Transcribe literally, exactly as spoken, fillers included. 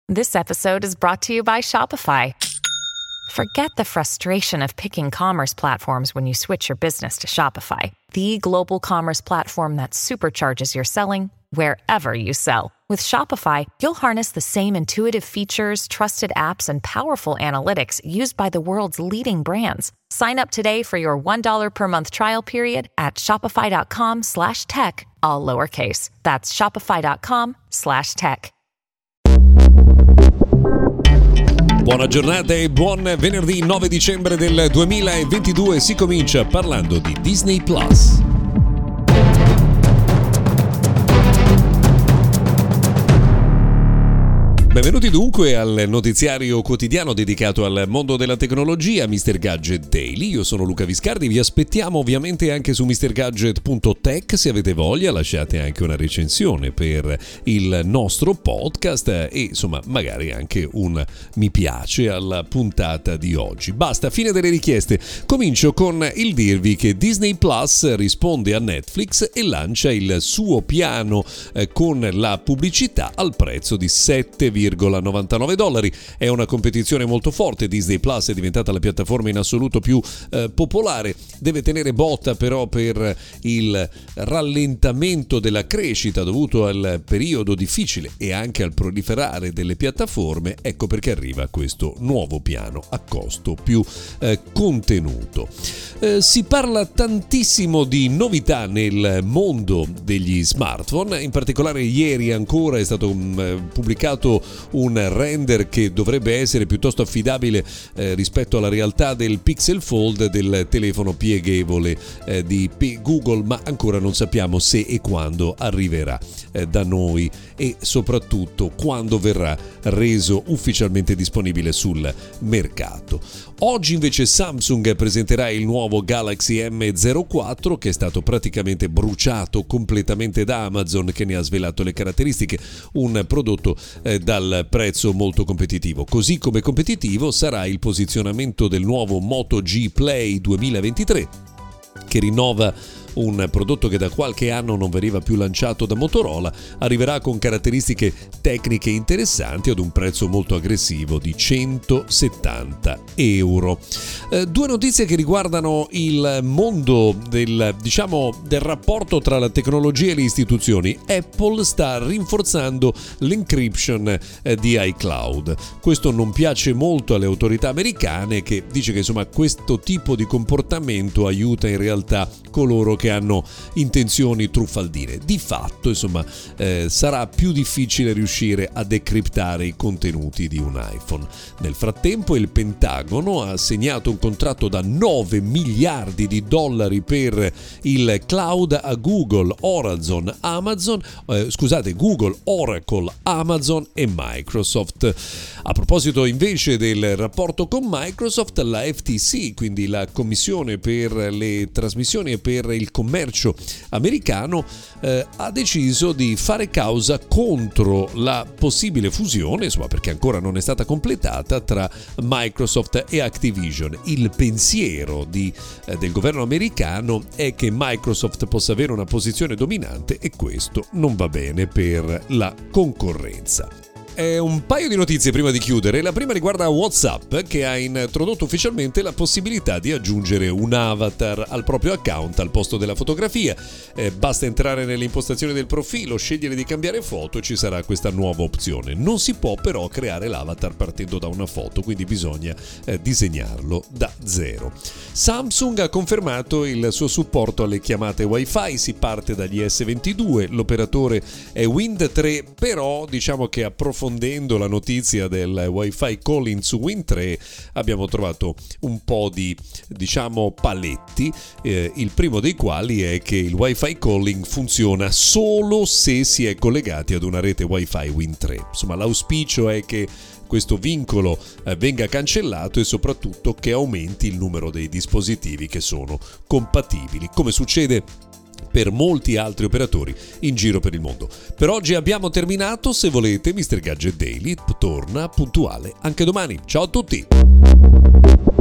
This episode is brought to you by Shopify. Forget the frustration of picking commerce platforms when you switch your business to Shopify, the global commerce platform that supercharges your selling wherever you sell. With Shopify, you'll harness the same intuitive features, trusted apps, and powerful analytics used by the world's leading brands. Sign up today for your one dollar per month trial period at shopify.com slash tech, all lowercase. That's shopify.com slash tech. Buona giornata e buon venerdì nove dicembre del duemilaventidue. Si comincia parlando di Disney Plus. Benvenuti dunque al notiziario quotidiano dedicato al mondo della tecnologia, mister Gadget Daily. Io sono Luca Viscardi, vi aspettiamo ovviamente anche su mister gadget punto tech. Se avete voglia lasciate anche una recensione per il nostro podcast e insomma magari anche un mi piace alla puntata di oggi. Basta, fine delle richieste. Comincio con il dirvi che Disney Plus risponde a Netflix e lancia il suo piano eh, con la pubblicità al prezzo di sette virgola novantanove dollari. È una competizione molto forte. Disney Plus è diventata la piattaforma in assoluto più eh, popolare. Deve tenere botta però per il rallentamento della crescita dovuto al periodo difficile e anche al proliferare delle piattaforme. Ecco perché arriva questo nuovo piano a costo più eh, contenuto. Eh, si parla tantissimo di novità nel mondo degli smartphone. In particolare ieri ancora è stato um, pubblicato un render che dovrebbe essere piuttosto affidabile eh, rispetto alla realtà del Pixel Fold, del telefono pieghevole eh, di P- Google, ma ancora non sappiamo se e quando arriverà eh, da noi e soprattutto quando verrà reso ufficialmente disponibile sul mercato. Oggi invece Samsung presenterà il nuovo Galaxy M zero quattro che è stato praticamente bruciato completamente da Amazon, che ne ha svelato le caratteristiche, un prodotto eh, dal prezzo molto competitivo. Così come competitivo sarà il posizionamento del nuovo Moto G Play duemilaventitré, che rinnova un prodotto che da qualche anno non veniva più lanciato da Motorola. Arriverà con caratteristiche tecniche interessanti ad un prezzo molto aggressivo di centosettanta euro. Eh, due notizie che riguardano il mondo del, diciamo, del rapporto tra la tecnologia e le istituzioni. Apple sta rinforzando l'encryption eh, di iCloud. Questo non piace molto alle autorità americane, che dice che insomma questo tipo di comportamento aiuta in realtà coloro che hanno intenzioni truffaldine. Di fatto, insomma, eh, sarà più difficile riuscire a decriptare i contenuti di un iPhone. Nel frattempo, il Pentagono ha assegnato un contratto da nove miliardi di dollari per il cloud a Google, Horizon, Amazon, eh, scusate, Google, Oracle, Amazon e Microsoft. A proposito invece del rapporto con Microsoft, la F T C, quindi la Commissione per le trasmissioni e per il commercio americano, eh, ha deciso di fare causa contro la possibile fusione, insomma perché ancora non è stata completata, tra Microsoft e Activision. Il pensiero di, eh, del governo americano è che Microsoft possa avere una posizione dominante e questo non va bene per la concorrenza. Eh, un paio di notizie prima di chiudere. La prima riguarda WhatsApp, che ha introdotto ufficialmente la possibilità di aggiungere un avatar al proprio account al posto della fotografia. Eh, basta entrare nelle impostazioni del profilo, scegliere di cambiare foto e ci sarà questa nuova opzione. Non si può però creare l'avatar partendo da una foto, quindi bisogna eh, disegnarlo da zero. Samsung ha confermato il suo supporto alle chiamate Wi-Fi, si parte dagli S ventidue, l'operatore è Wind tre, però diciamo che approfondendo la notizia del Wi-Fi calling su Wind tre abbiamo trovato un po' di, diciamo, paletti, eh, il primo dei quali è che il Wi-Fi calling funziona solo se si è collegati ad una rete Wi-Fi Wind tre. Insomma, l'auspicio è che questo vincolo eh, venga cancellato e soprattutto che aumenti il numero dei dispositivi che sono compatibili, come succede per molti altri operatori in giro per il mondo. Per oggi abbiamo terminato. Se volete, mister Gadget Daily torna puntuale anche domani. Ciao a tutti!